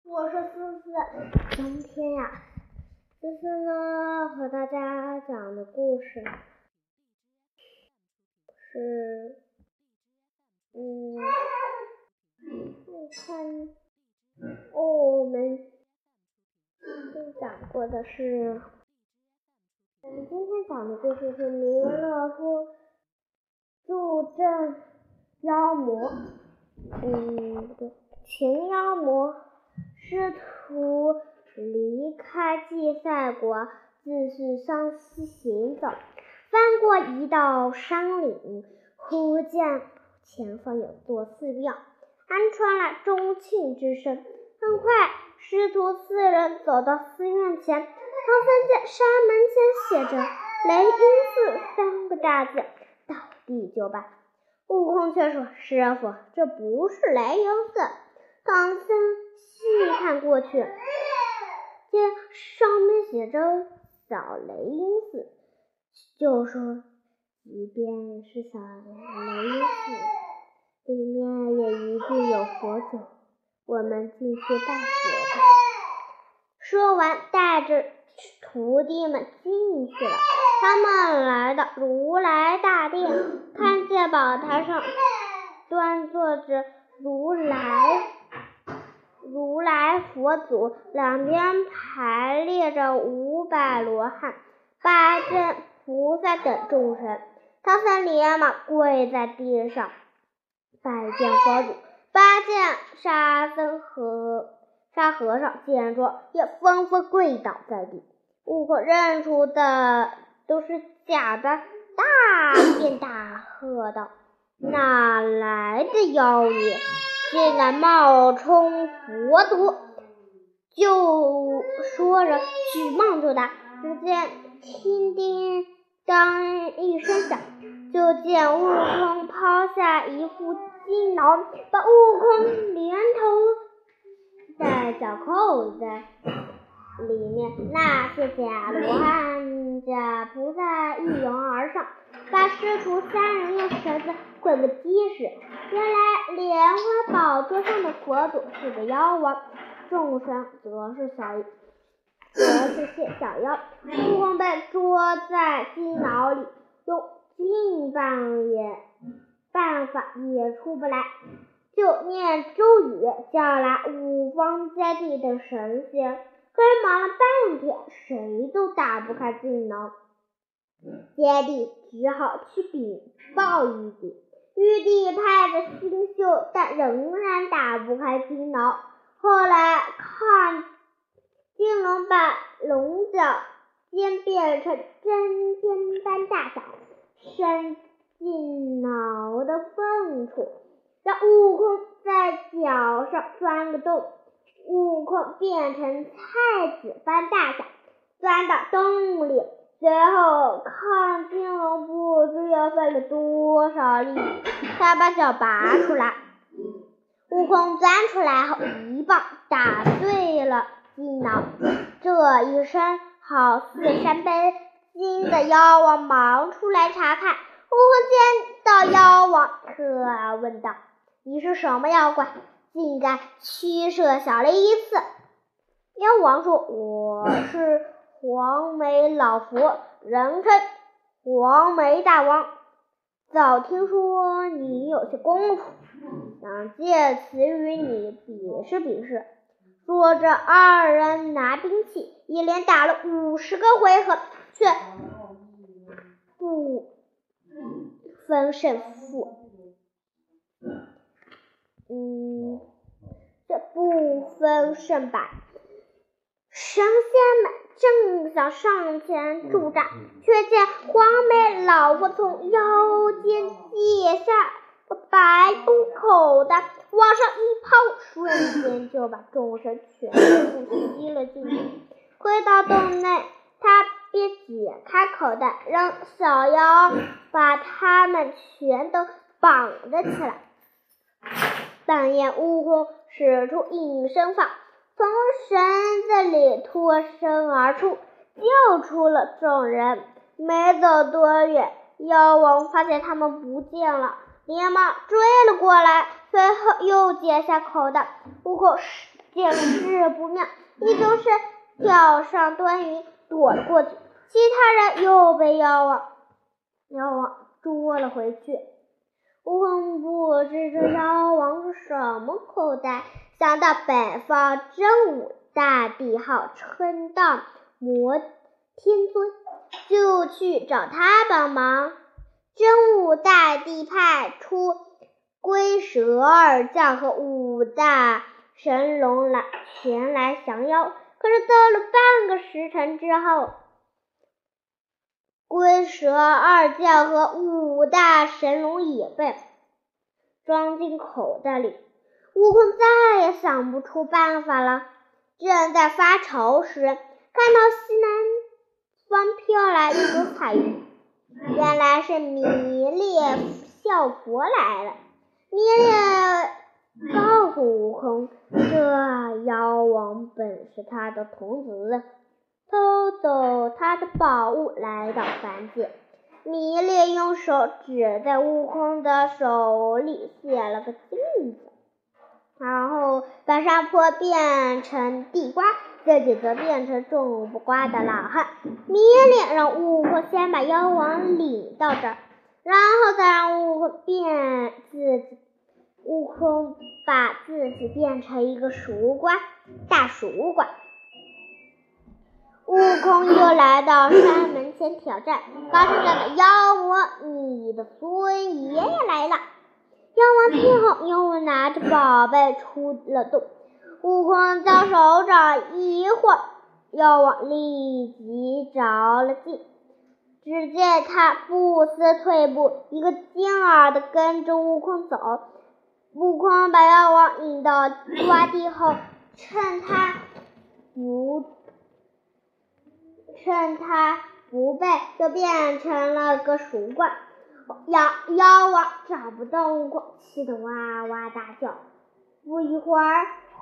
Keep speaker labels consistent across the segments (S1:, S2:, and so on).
S1: 我是思思，今天呀，思思呢和大家讲的故事是，我们讲过的是，我们今天讲的故事是弥勒佛助阵妖魔，秦妖魔试图离开祭赛国，继续向西行走，翻过一道山岭，忽见前方有座寺庙，还传来钟磬之声。很快，师徒四人走到寺院前，唐三见山门前写着雷音寺3个大字，倒地就拜。悟空却说：“师傅，这不是雷音寺。”唐三细看过去，见上面写着小雷音寺，就说：“即便是小雷音寺，里面也一定有佛祖，我们进去拜佛吧。”说完，带着徒弟们进去了。他们来到如来大殿，看见宝台上端坐着如来佛祖，两边排列着500罗汉、8尊菩萨等众神。唐三连忙跪在地上拜见佛祖，8件沙和尚见状也纷纷跪倒在地。悟空认出的都是假的，大便大喝道：“哪来的妖孽，竟然冒充佛祖！”就说着举棒就打，只见叮叮当一声响，就见悟空抛下一副金挠，把悟空连头带脚扣在里面。那些假罗汉、假菩萨一拥而上，把师徒3人用绳子捆得结实。原来莲花宝座上的佛祖是个妖王，众神则是些小妖。悟空被捉在金牢里，用尽办法也出不来，就念咒语叫来五方揭谛的神仙，可是忙了半天，谁都打不开金牢。揭谛只好去禀报玉帝，玉帝派着星宿，但仍然打不开金牢。后来看金龙把龙角尖变成针尖般大小，伸进牢的缝处，让悟空在脚上钻个洞，悟空变成菜籽般大小，钻到洞里。随后看金龙不知又费了多少力才把脚拔出来。悟空钻出来后，一棒打碎了金牢。这一声好似山背金的妖王忙出来查看。悟空见到妖王，可问道：“你是什么妖怪，竟敢驱设小雷音寺？”妖王说：“我是黄眉老佛，人称黄眉大王。早听说你有些功夫，想借此与你比试比试。”说着，2人拿兵器，一连打了50个回合，却不分胜负。这不分胜败。神仙们正想上前助战，却见黄眉老佛从腰间解下白布口袋，往上一抛，瞬间就把众神全部吸了进去。回到洞内，他便解开口袋，让小妖把他们全都绑了起来。半夜，悟空使出隐身法，从绳子里脱身而出，救出了众人。没走多远，妖王发现他们不见了，连忙追了过来，随后又解下口袋。悟空见势不妙，依旧是跳上端云躲了过去。其他人又被妖王捉了回去。悟空不知这妖王是什么口袋，想到北方真武大帝号称道摩天尊，就去找他帮忙。真武大帝派出龟蛇二将和5大神龙前来降妖，可是到了半个时辰之后，龟蛇二将和5大神龙也被装进口袋里。悟空再也想不出办法了，正在发愁时，看到西南方飘来一朵彩云，原来是弥勒笑佛来了。弥勒告诉悟空，这妖王本是他的童子，偷走他的宝物来到凡界。弥勒用手指在悟空的手里写了个镜子，然后把上坡变成地瓜，自己则变成种不瓜的老汉。弥勒让悟空先把妖王领到这儿，然后再让悟空把自己变成一个大熟瓜。悟空又来到山门前挑战，高声叫道：妖魔，你的孙爷爷来了！妖王听后又拿着宝贝出了洞，悟空将手掌一晃，妖王立即着了劲。只见他不思退步，一个劲儿地跟着悟空走。悟空把妖王引到洼地后，趁他不备，就变成了个熟怪。妖王找不到悟空，气得哇哇大叫，不一会儿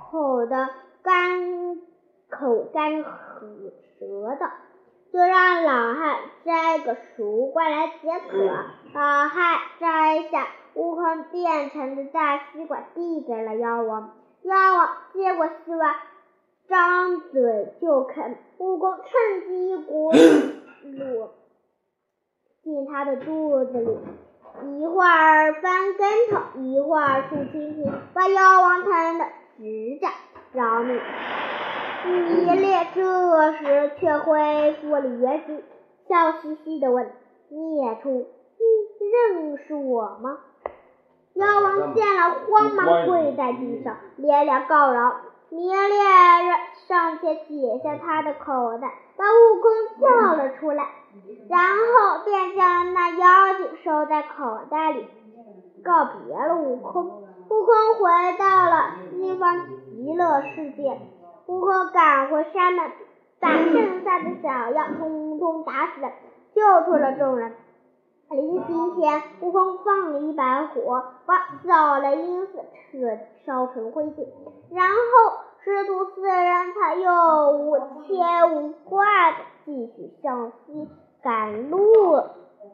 S1: 口干舌燥，就让老汉摘个熟瓜来解渴。老汉摘下悟空变成的大西瓜，递给了妖王。妖王接过西瓜，张嘴就啃。悟空趁机一股落进他的肚子里，一会儿翻跟头，一会儿竖蜻蜓，把妖王疼得直叫饶命。弥勒这时却恢复了原形，笑嘻嘻地问：孽畜，你认识我吗？妖王见了，慌忙跪在地上，连连告饶。弥勒上前解下他的口袋，把悟空叫了出来，然后便将那妖精收在口袋里，告别了悟空。悟空回到了西方极乐世界。悟空赶回山门，把剩下的小妖通通打死，救出了众人。临行前，悟空放了一把火，把扫雷音寺烧成灰烬，然后师徒4人才又无牵无挂的继续向西赶路了。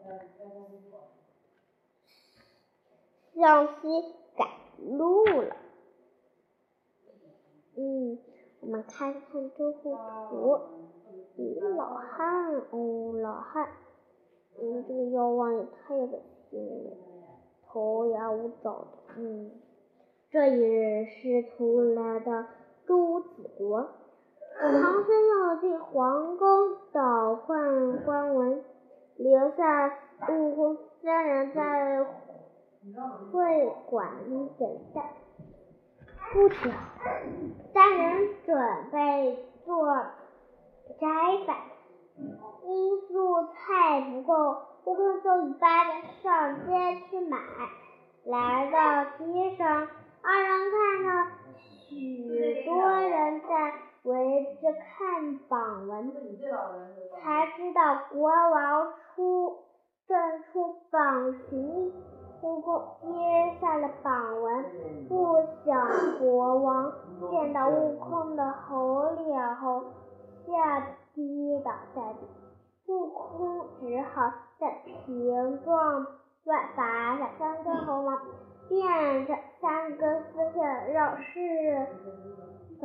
S1: 我们看看这幅图，老汉，这个妖王也太恶心了，头牙无爪的。这一日，师徒来到朱子国，唐僧要进皇宫倒换官文，留下悟空3人在会馆里等待。不久，3人准备做斋饭，因素菜不够，悟空就一巴掌上街去买。来到街上，2人看到许多人在围着看榜文，才知道国王正出榜巡议。悟空接下了榜文，不想国王见到悟空的猴脸后，吓得跌倒在地。悟空只好在屏状外拔下3根猴毛，变成3根丝线，让侍从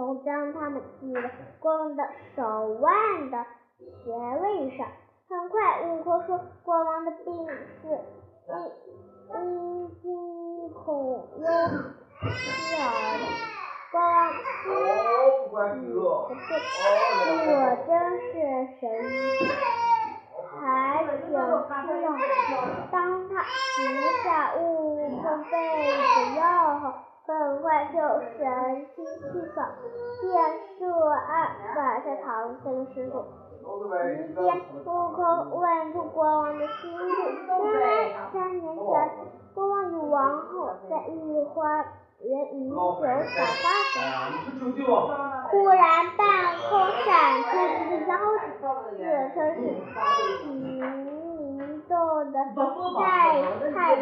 S1: 空将他们系在国王的手腕的穴位上。很快，悟空说：“国王的病是因惊恐忧而来的。”国王心里不对，我真是神医，还请吃药。当他服下悟空备的药后，很快就神清气爽，便涉岸返下唐僧师傅。席间，悟空问出国王的心事。原来3年前，国王与王后在御花园饮酒赏花时，忽然半空闪出一个妖精，自称是秦明洞的太岁，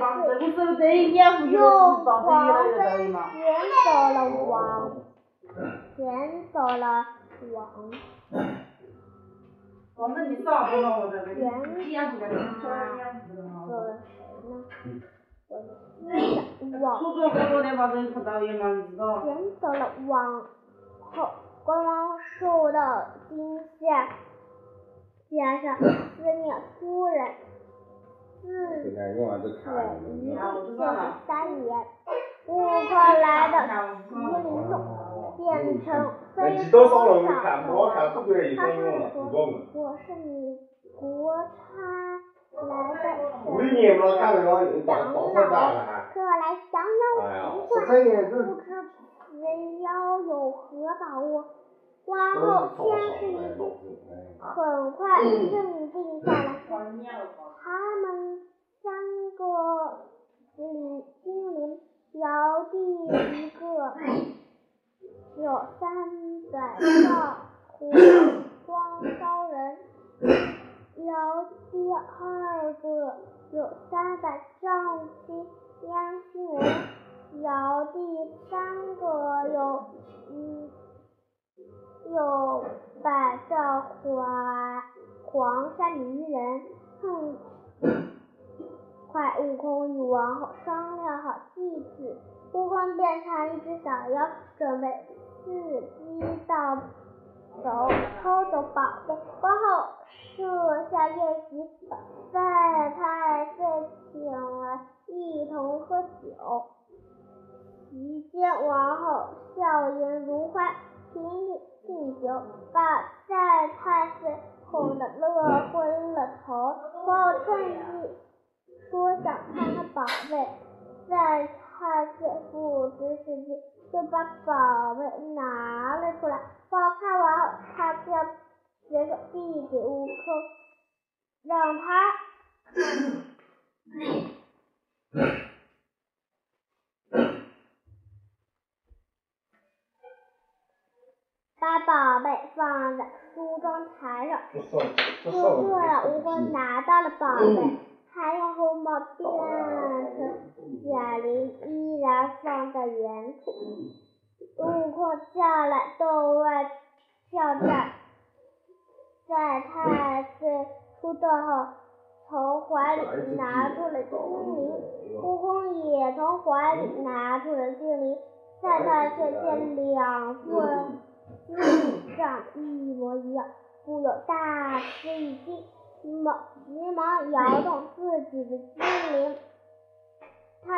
S1: 用黄飞卷走了王。
S2: 我们你上多少我这个？
S1: 走了谁呢？卷走了王后，国王受到惊吓，加上思念夫人，自此一定就是3年。悟空来到麒麟洞，变成飞猴上头。他上说：“我是你国差来的神长老，特来降妖除怪，不知此妖有何把握？”王后先是一惊，很快镇定下来。他们3个精灵，尧帝一个，有300丈虎双刀人；尧帝2个，有300丈青烟熏人；尧帝3个，有100丈黄山泥人。快，悟空与王后商量好计策，悟空变成一只小妖，准备伺机盗走偷走宝贝。王后设下宴席，把赛太岁请来一同喝酒。席间，王后笑颜如花，频频敬酒，把赛太岁哄得乐昏了头。王后趁机说想看看宝贝，赛太岁不知是计，就把宝贝拿了出来。看完后，他将随手递给悟空，让他把宝贝放在梳妆台上。就这样，悟空拿到了宝贝，还用红毛变成假灵，依然放在原处。悟空叫来洞外挑战，赛太岁出洞后，从怀里拿出了精灵，悟空也从怀里拿出了精灵。赛太岁见2份精灵长得一模一样，不由大吃一惊，急忙摇动自己的精灵。他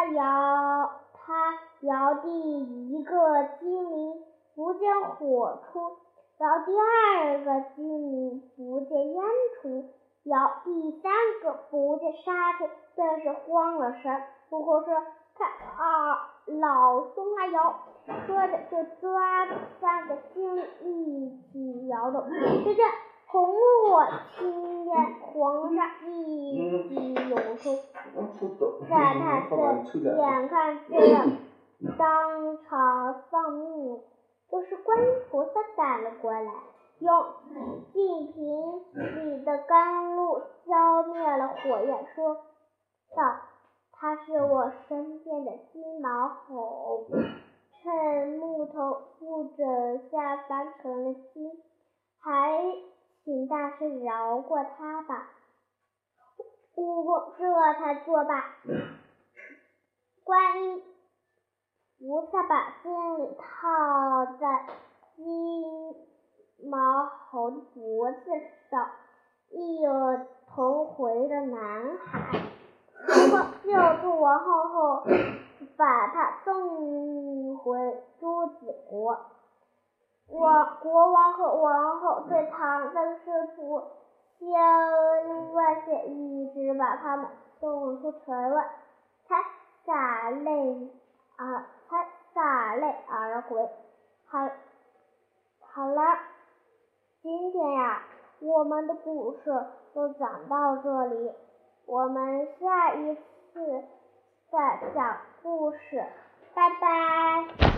S1: 摇第一个精灵，不见火出；摇第2个精灵，不见烟出；摇第3个，不见沙出，顿时慌了神。悟空说：“看啊，老兄来摇！”说着就抓住3个精灵一起摇动，只见红火青烟，黄沙一起涌出。赛太岁眼看就要当场丧命了，这时观音菩萨赶了过来，用净瓶里的甘露浇灭了火焰，说道：“他是我身边的金毛猴，趁木头复整下凡成了精，还请大师饶过他吧。”悟空这才作罢。观音菩萨把精灵套在金猴的脖子上，一头回的男孩。猴子救出王后后，把她送回朱子国。国王和王后对唐僧师徒千恩万谢，一直把他们送出城外，才洒泪而回。好了，今天呀，我们的故事就讲到这里，我们下一次再讲故事，拜拜。